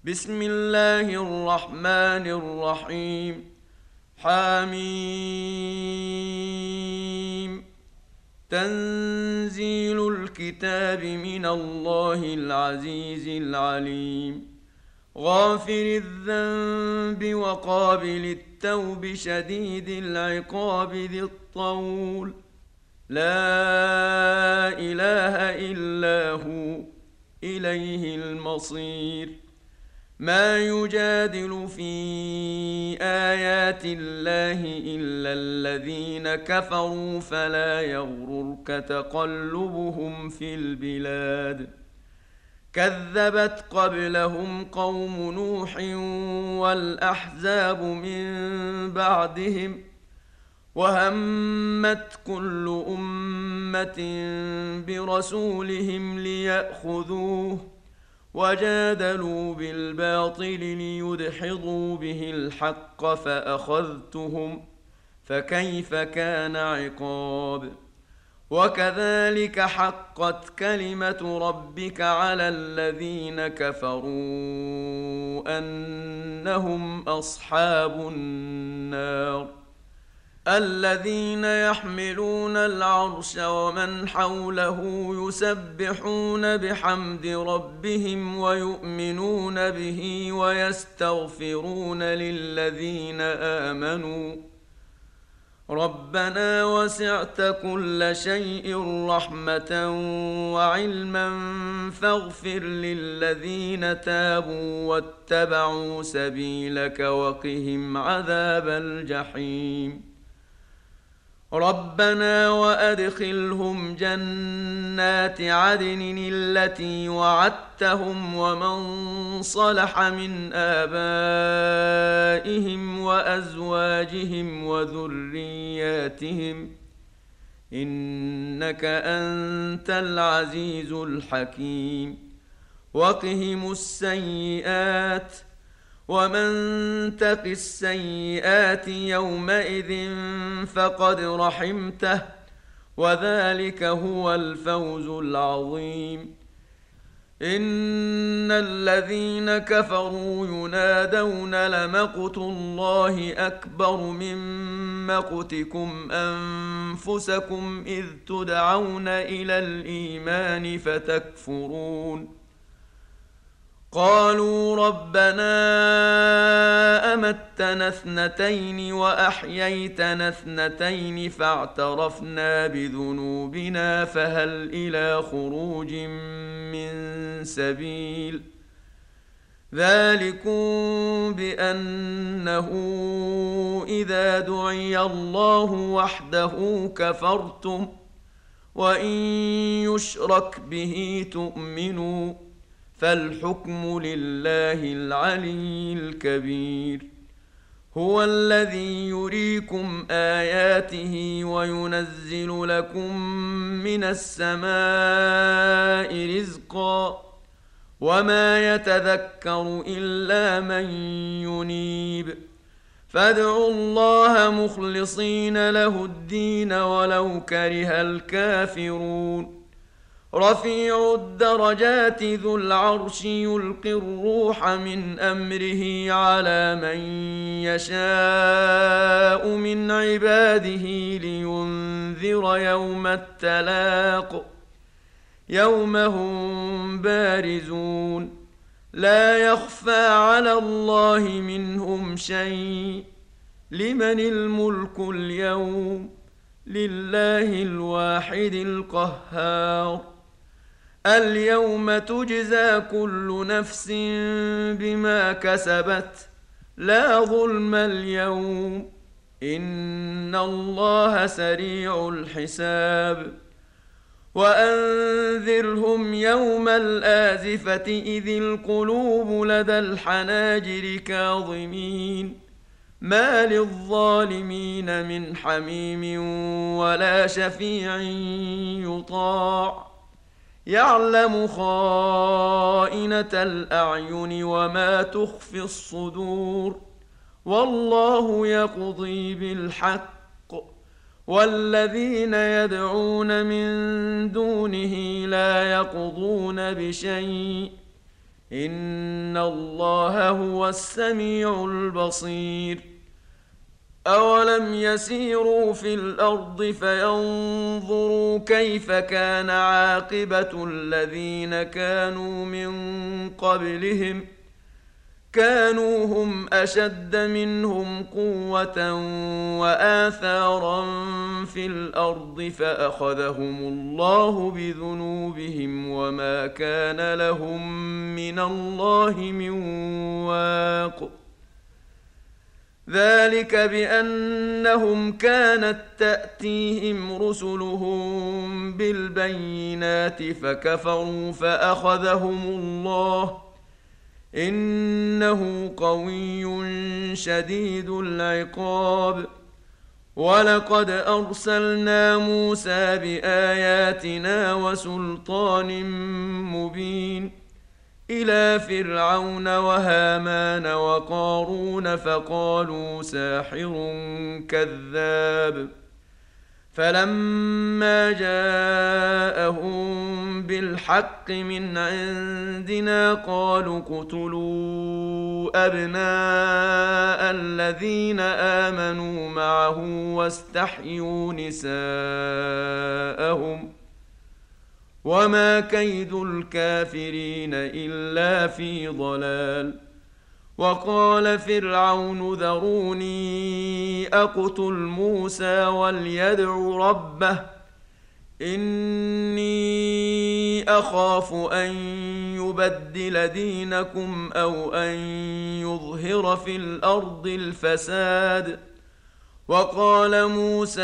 بسم الله الرحمن الرحيم. حميم. تنزيل الكتاب من الله العزيز العليم. غافر الذنب وقابل التوب شديد العقاب ذي الطول. لا إله إلا هو إليه المصير. ما يجادل في آيات الله إلا الذين كفروا فلا يغررك تقلبهم في البلاد. كذبت قبلهم قوم نوح والأحزاب من بعدهم وهمت كل أمة برسولهم ليأخذوه وجادلوا بالباطل ليدحضوا به الحق فأخذتهم فكيف كان عقاب. وكذلك حقت كلمة ربك على الذين كفروا أنهم أصحاب النار. الذين يحملون العرش ومن حوله يسبحون بحمد ربهم ويؤمنون به ويستغفرون للذين آمنوا ربنا وسعت كل شيء رحمة وعلما فاغفر للذين تابوا واتبعوا سبيلك وقهم عذاب الجحيم. ربنا وأدخلهم جنات عدن التي وعدتهم ومن صلح من آبائهم وأزواجهم وذرياتهم إنك أنت العزيز الحكيم. وقهم السيئات ومن تق السيئات يومئذ فقد رحمته وذلك هو الفوز العظيم. إن الذين كفروا ينادون لمقت الله أكبر من مقتكم أنفسكم إذ تدعون إلى الإيمان فتكفرون. قالوا ربنا أمتنا اثنتين وأحييتنا اثنتين فاعترفنا بذنوبنا فهل إلى خروج من سبيل. ذلكم بأنه إذا دعي الله وحده كفرتم وإن يشرك به تؤمنوا فالحكم لله العلي الكبير. هو الذي يريكم آياته وينزل لكم من السماء رزقا وما يتذكر إلا من ينيب. فادعوا الله مخلصين له الدين ولو كره الكافرون. رفيع الدرجات ذو العرش يلقي الروح من أمره على من يشاء من عباده لينذر يوم التلاق يوم هم بارزون لا يخفى على الله منهم شيء. لمن الملك اليوم لله الواحد القهار. اليوم تجزى كل نفس بما كسبت لا ظلم اليوم إن الله سريع الحساب. وأنذرهم يوم الآزفة إذ القلوب لدى الحناجر كاظمين ما للظالمين من حميم ولا شفيع يطاع. يعلم خائنة الأعين وما تخفي الصدور والله يقضي بالحق والذين يدعون من دونه لا يقضون بشيء إن الله هو السميع البصير. أولم يسيروا في الأرض فينظروا كيف كان عاقبة الذين كانوا من قبلهم كانوا هم أشد منهم قوة وآثارا في الأرض فأخذهم الله بذنوبهم وما كان لهم من الله من واق. ذلك بأنهم كانت تأتيهم رسلهم بالبينات فكفروا فأخذهم الله إنه قوي شديد العقاب. ولقد أرسلنا موسى بآياتنا وسلطان مبين إلى فرعون وهامان وقارون فقالوا ساحر كذاب. فلما جاءهم بالحق من عندنا قالوا اقتلوا أبناء الذين آمنوا معه واستحيوا نساءهم وما كيد الكافرين إلا في ضلال. وقال فرعون ذروني أقتل موسى وليدع ربه إني أخاف أن يبدل دينكم أو أن يظهر في الأرض الفساد. وقال موسى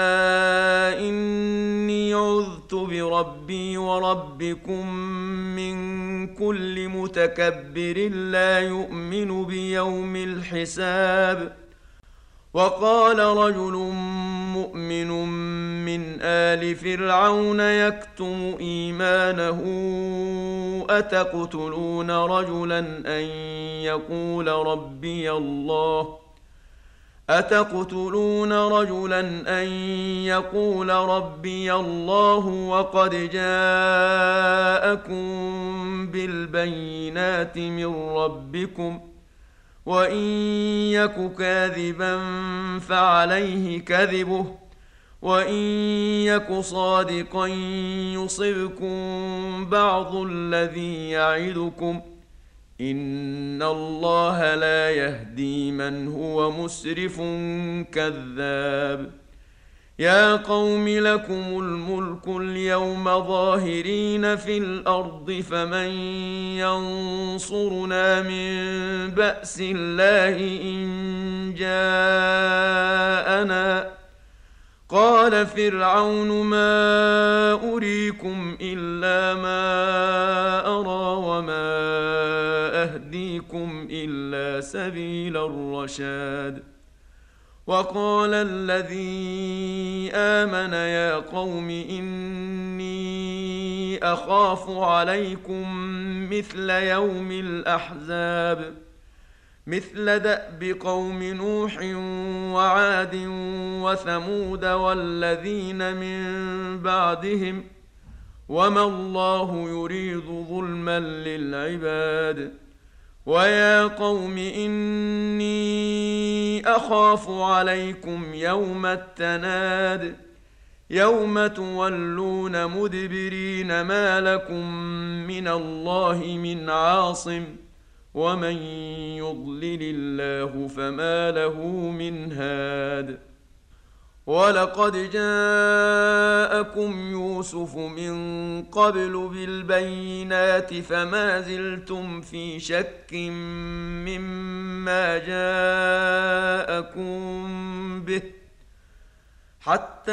إني عذت بربي وربكم من كل متكبر لا يؤمن بيوم الحساب. وقال رجل مؤمن من آل فرعون يكتم إيمانه أتقتلون رجلا أن يقول ربي الله وقد جاءكم بالبينات من ربكم وإن يك كاذبا فعليه كذبه وإن يك صادقا يصبكم بعض الذي يعدكم إن الله لا يهدي من هو مسرف كذاب. يا قوم لكم الملك اليوم ظاهرين في الأرض فمن ينصرنا من بأس الله إن جاءنا. قال فرعون ما أريكم إلا ما أرى وما أهديكم إلا سبيل الرشاد. وقال الذي آمن يا قوم إني أخاف عليكم مثل يوم الأحزاب مثل دأب قوم نوح وعاد وثمود والذين من بعدهم وما الله يريد ظلما للعباد. ويا قوم إني أخاف عليكم يوم التناد يوم تولون مدبرين ما لكم من الله من عاصم ومن يضلل الله فما له من هاد. ولقد جاءكم يوسف من قبل بالبينات فما زلتم في شك مما جاءكم به حتى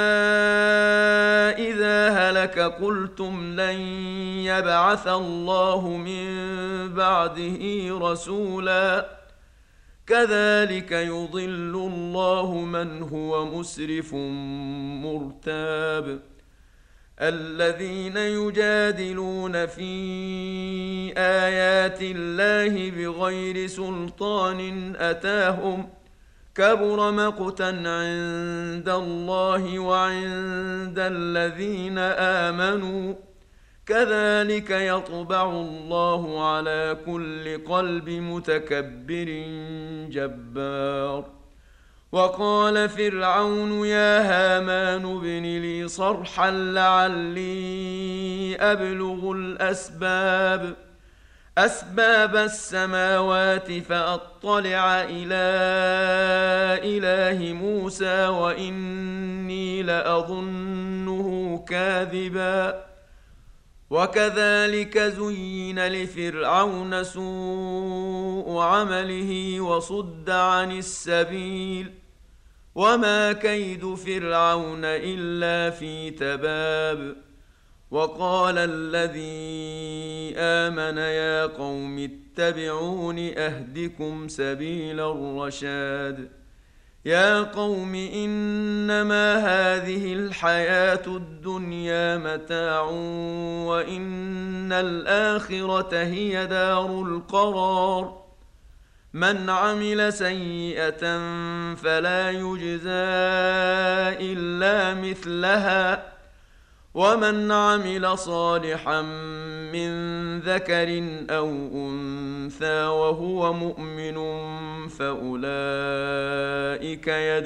إذا هلك قلتم لن يبعث الله من بعده رسولا كذلك يضل الله من هو مسرف مرتاب. الذين يجادلون في آيات الله بغير سلطان أتاهم كبر مقتا عند الله وعند الذين آمنوا كذلك يطبع الله على كل قلب متكبر جبار. وقال فرعون يا هامان ابن لي صرحا لعلي أبلغ أسباب السماوات فأطلع إلى إله موسى وإني لأظنه كاذبا. وكذلك زين لفرعون سوء عمله وصد عن السبيل وما كيد فرعون إلا في تباب. وقال الذي آمن يا قوم اتبعون أهدكم سبيل الرشاد. يا قوم إنما هذه الحياة الدنيا متاع وإن الآخرة هي دار القرار. من عمل سيئة فلا يجزى إلا مثلها ومن عمل صالحا من ذكر أو أنثى وهو مؤمن فأولئك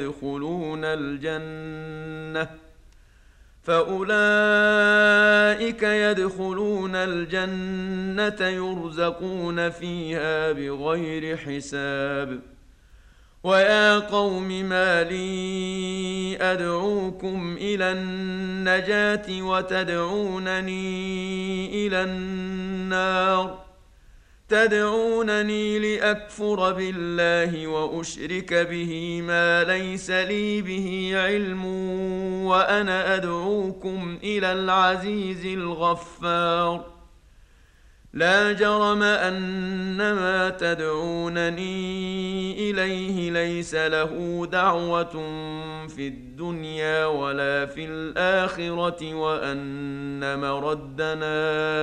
يدخلون الجنة يرزقون فيها بغير حساب. ويا قوم ما لي أدعوكم إلى النجاة وتدعونني إلى النار. تدعونني لأكفر بالله وأشرك به ما ليس لي به علم وأنا أدعوكم إلى العزيز الغفار. لا جرم أن ما تدعونني إليه ليس له دعوة في الدنيا ولا في الآخرة وأن مردنا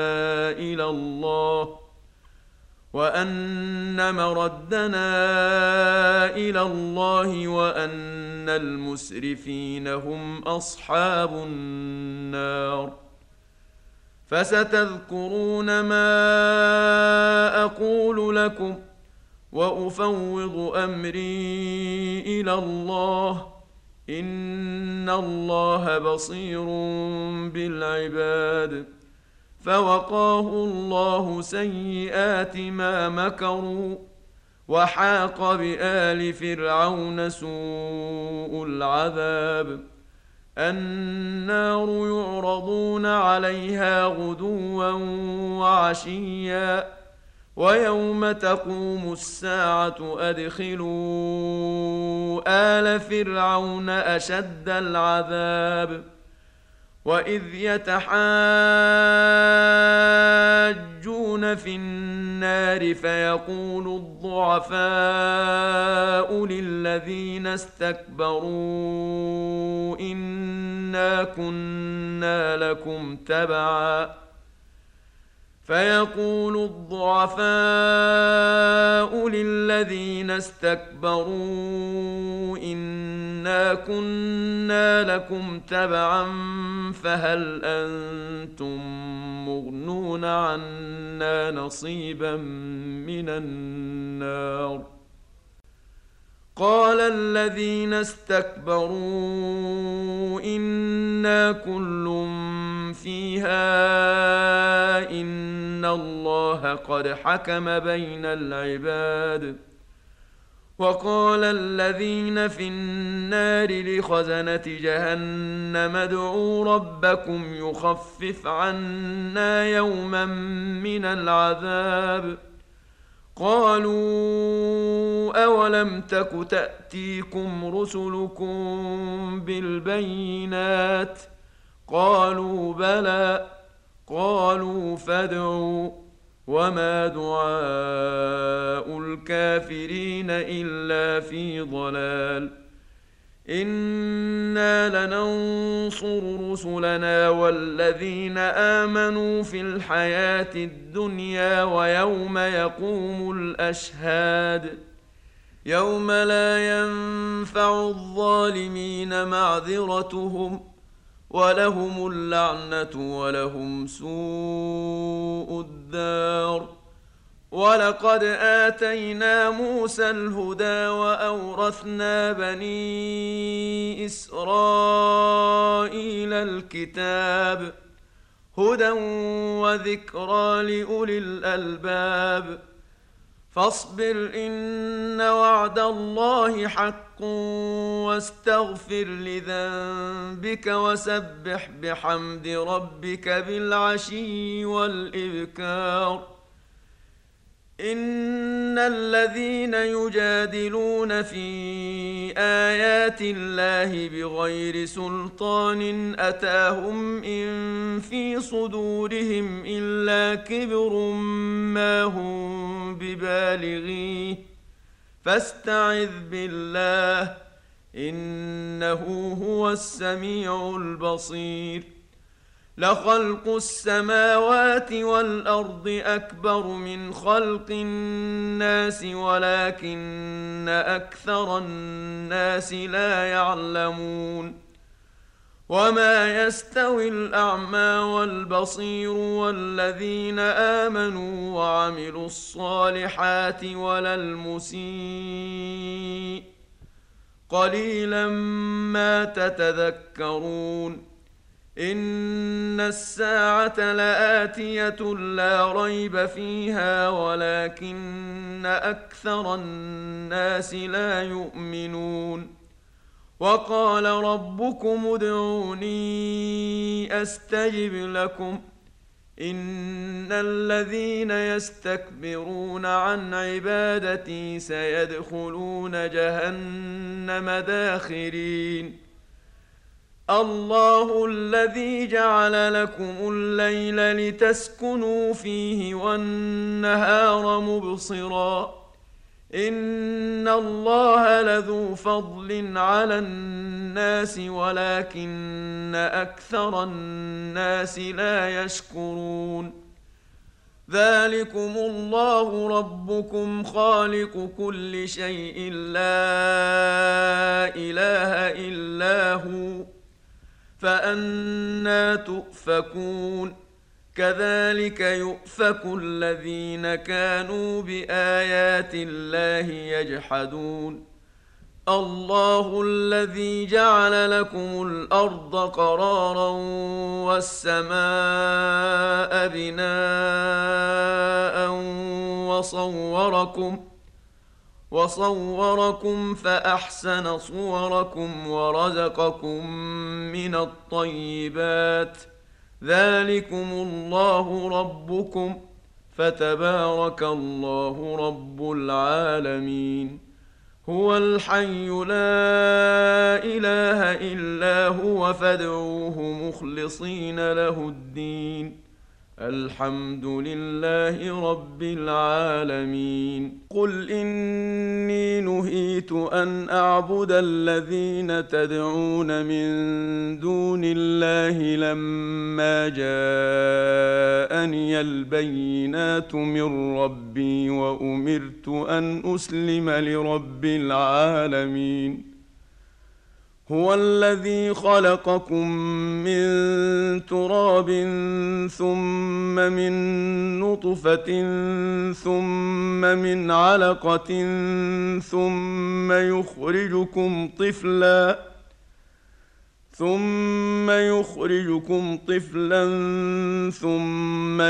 إلى الله وأن المسرفين هم أصحاب النار. فستذكرون ما أقول لكم وأفوض أمري إلى الله إن الله بصير بالعباد. فوقاه الله سيئات ما مكروا وحاق بآل فرعون سوء العذاب. النار يعرضون عليها غدوا وعشيا ويوم تقوم الساعة أدخلوا آل فرعون أشد العذاب. وإذ يتحاجون في النار فيقول الضعفاء للذين استكبروا إنا كنا لكم تبعا فهل أنتم مغنون عنا نصيبا من النار. قال الذين استكبروا إنا كل فيها إن الله قد حكم بين العباد. وقال الذين في النار لخزنة جهنم ادعوا ربكم يخفف عنا يوما من العذاب. قالوا أولم تك تأتيكم رسلكم بالبينات قالوا بلى قالوا فادعوا وما دعاء الكافرين إلا في ضلال. إنا لننصر رسلنا والذين آمنوا في الحياة الدنيا ويوم يقوم الأشهاد. يوم لا ينفع الظالمين معذرتهم ولهم اللعنة ولهم سوء الدار. ولقد آتينا موسى الهدى وأورثنا بني إسرائيل الكتاب هدى وذكرى لأولي الألباب. فاصبر إن وعد الله حق واستغفر لذنبك وسبح بحمد ربك بالعشي والإبكار. إن الذين يجادلون في آيات الله بغير سلطان أتاهم إن في صدورهم إلا كبر ما هم ببالغيه فاستعذ بالله إنه هو السميع البصير. لخلق السماوات والأرض أكبر من خلق الناس ولكن أكثر الناس لا يعلمون. وما يستوي الأعمى والبصير والذين آمنوا وعملوا الصالحات ولا المسيء قليلا ما تتذكرون. إن الساعة لآتية لا ريب فيها ولكن أكثر الناس لا يؤمنون. وقال ربكم ادعوني أستجب لكم إن الذين يستكبرون عن عبادتي سيدخلون جهنم داخرين. الله الذي جعل لكم الليل لتسكنوا فيه والنهار مبصرا إن الله لذو فضل على الناس ولكن أكثر الناس لا يشكرون. ذلكم الله ربكم خالق كل شيء لا إله إلا هو فأنى تؤفكون. كذلك يؤفك الذين كانوا بآيات الله يجحدون. الله الذي جعل لكم الأرض قرارا والسماء بناء وصوركم فأحسن صوركم ورزقكم من الطيبات. ذلكم الله ربكم فتبارك الله رب العالمين. هو الحي لا إله إلا هو فادعوه مخلصين له الدين الحمد لله رب العالمين. قل إني نهيت أن أعبد الذين تدعون من دون الله لما جاءني البينات من ربي وأمرت أن أسلم لرب العالمين. هو الذي خلقكم من تراب ثم من نطفة ثم من علقة ثم يخرجكم طفلا ثم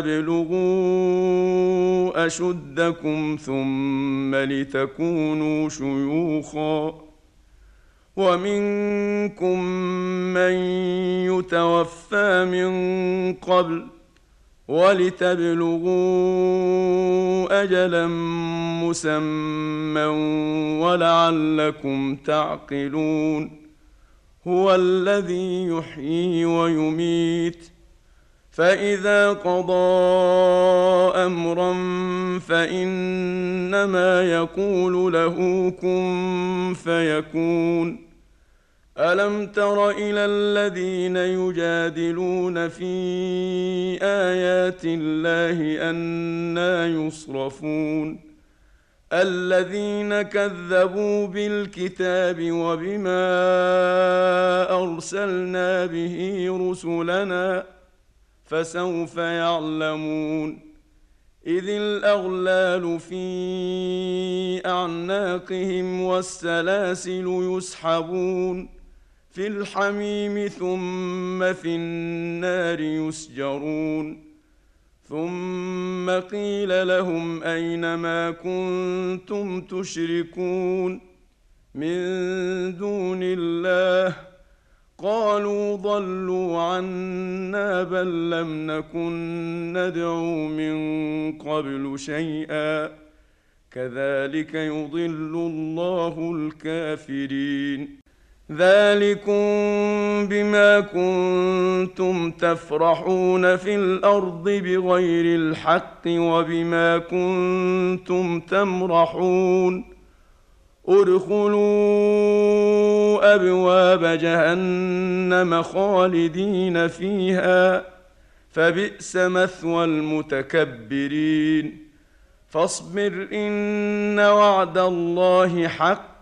لتبلغوا أشدكم ثم لتكونوا شيوخا ومنكم من يتوفى من قبل ولتبلغوا أجلا مسمى ولعلكم تعقلون. هو الذي يحيي ويميت فإذا قضى أمرا فإنما يقول له كن فيكون. ألم تر إلى الذين يجادلون في آيات الله أنى يصرفون الذين كذبوا بالكتاب وبما أرسلنا به رسلنا فسوف يعلمون إذ الأغلال في أعناقهم والسلاسل يسحبون في الحميم ثم في النار يسجرون ثم قيل لهم أين ما كنتم تشركون من دون الله قالوا ضلوا عنا بل لم نكن ندعو من قبل شيئا كذلك يضل الله الكافرين ذلكم بما كنتم تفرحون في الأرض بغير الحق وبما كنتم تمرحون ادخلوا أبواب جهنم خالدين فيها فبئس مثوى المتكبرين فاصبر إن وعد الله حق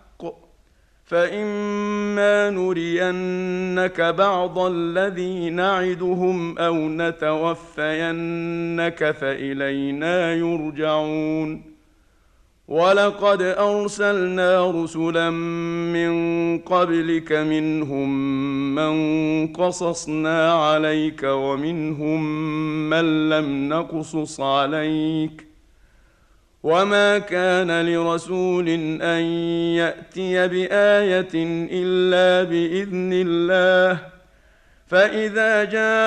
فإما نرينك بعض الذي نعدهم أو نتوفينك فإلينا يرجعون ولقد أرسلنا رسلا من قبلك منهم من قصصنا عليك ومنهم من لم نقصص عليك وما كان لرسول أن يأتي بآية إلا بإذن الله فإذا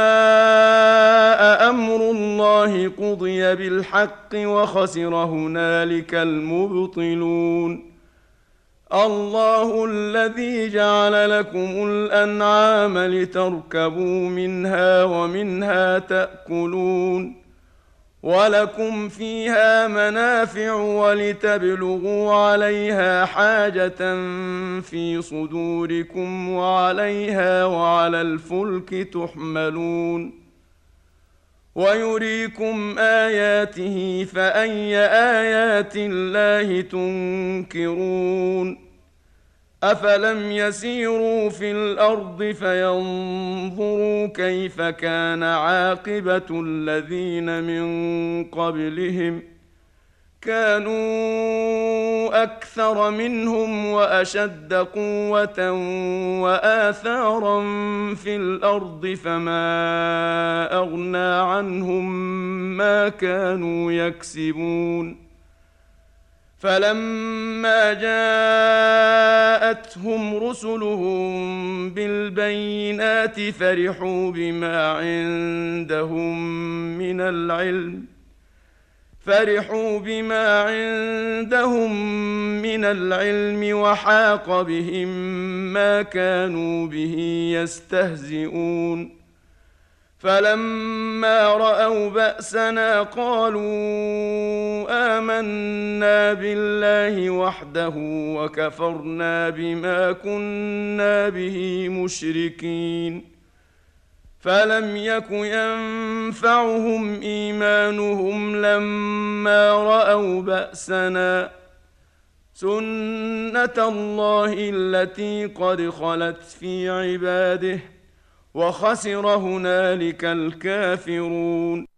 جاء أمر الله قضي بالحق وخسر هنالك المبطلون الله الذي جعل لكم الأنعام لتركبوا منها ومنها تأكلون ولكم فيها منافع ولتبلغوا عليها حاجة في صدوركم وعليها وعلى الفلك تحملون ويريكم آياته فأي آيات الله تنكرون أفلم يسيروا في الأرض فينظروا كيف كان عاقبة الذين من قبلهم كانوا أكثر منهم وأشد قوة وآثارا في الأرض فما أغنى عنهم ما كانوا يكسبون فلما جاءتهم رسلهم بالبينات فرحوا بما عندهم من العلم وحاق بهم ما كانوا به يستهزئون فلما رأوا بأسنا قالوا آمنا بالله وحده وكفرنا بما كنا به مشركين فلم يك ينفعهم إيمانهم لما رأوا بأسنا سنة الله التي قد خلت في عباده وخسر هنالك الكافرون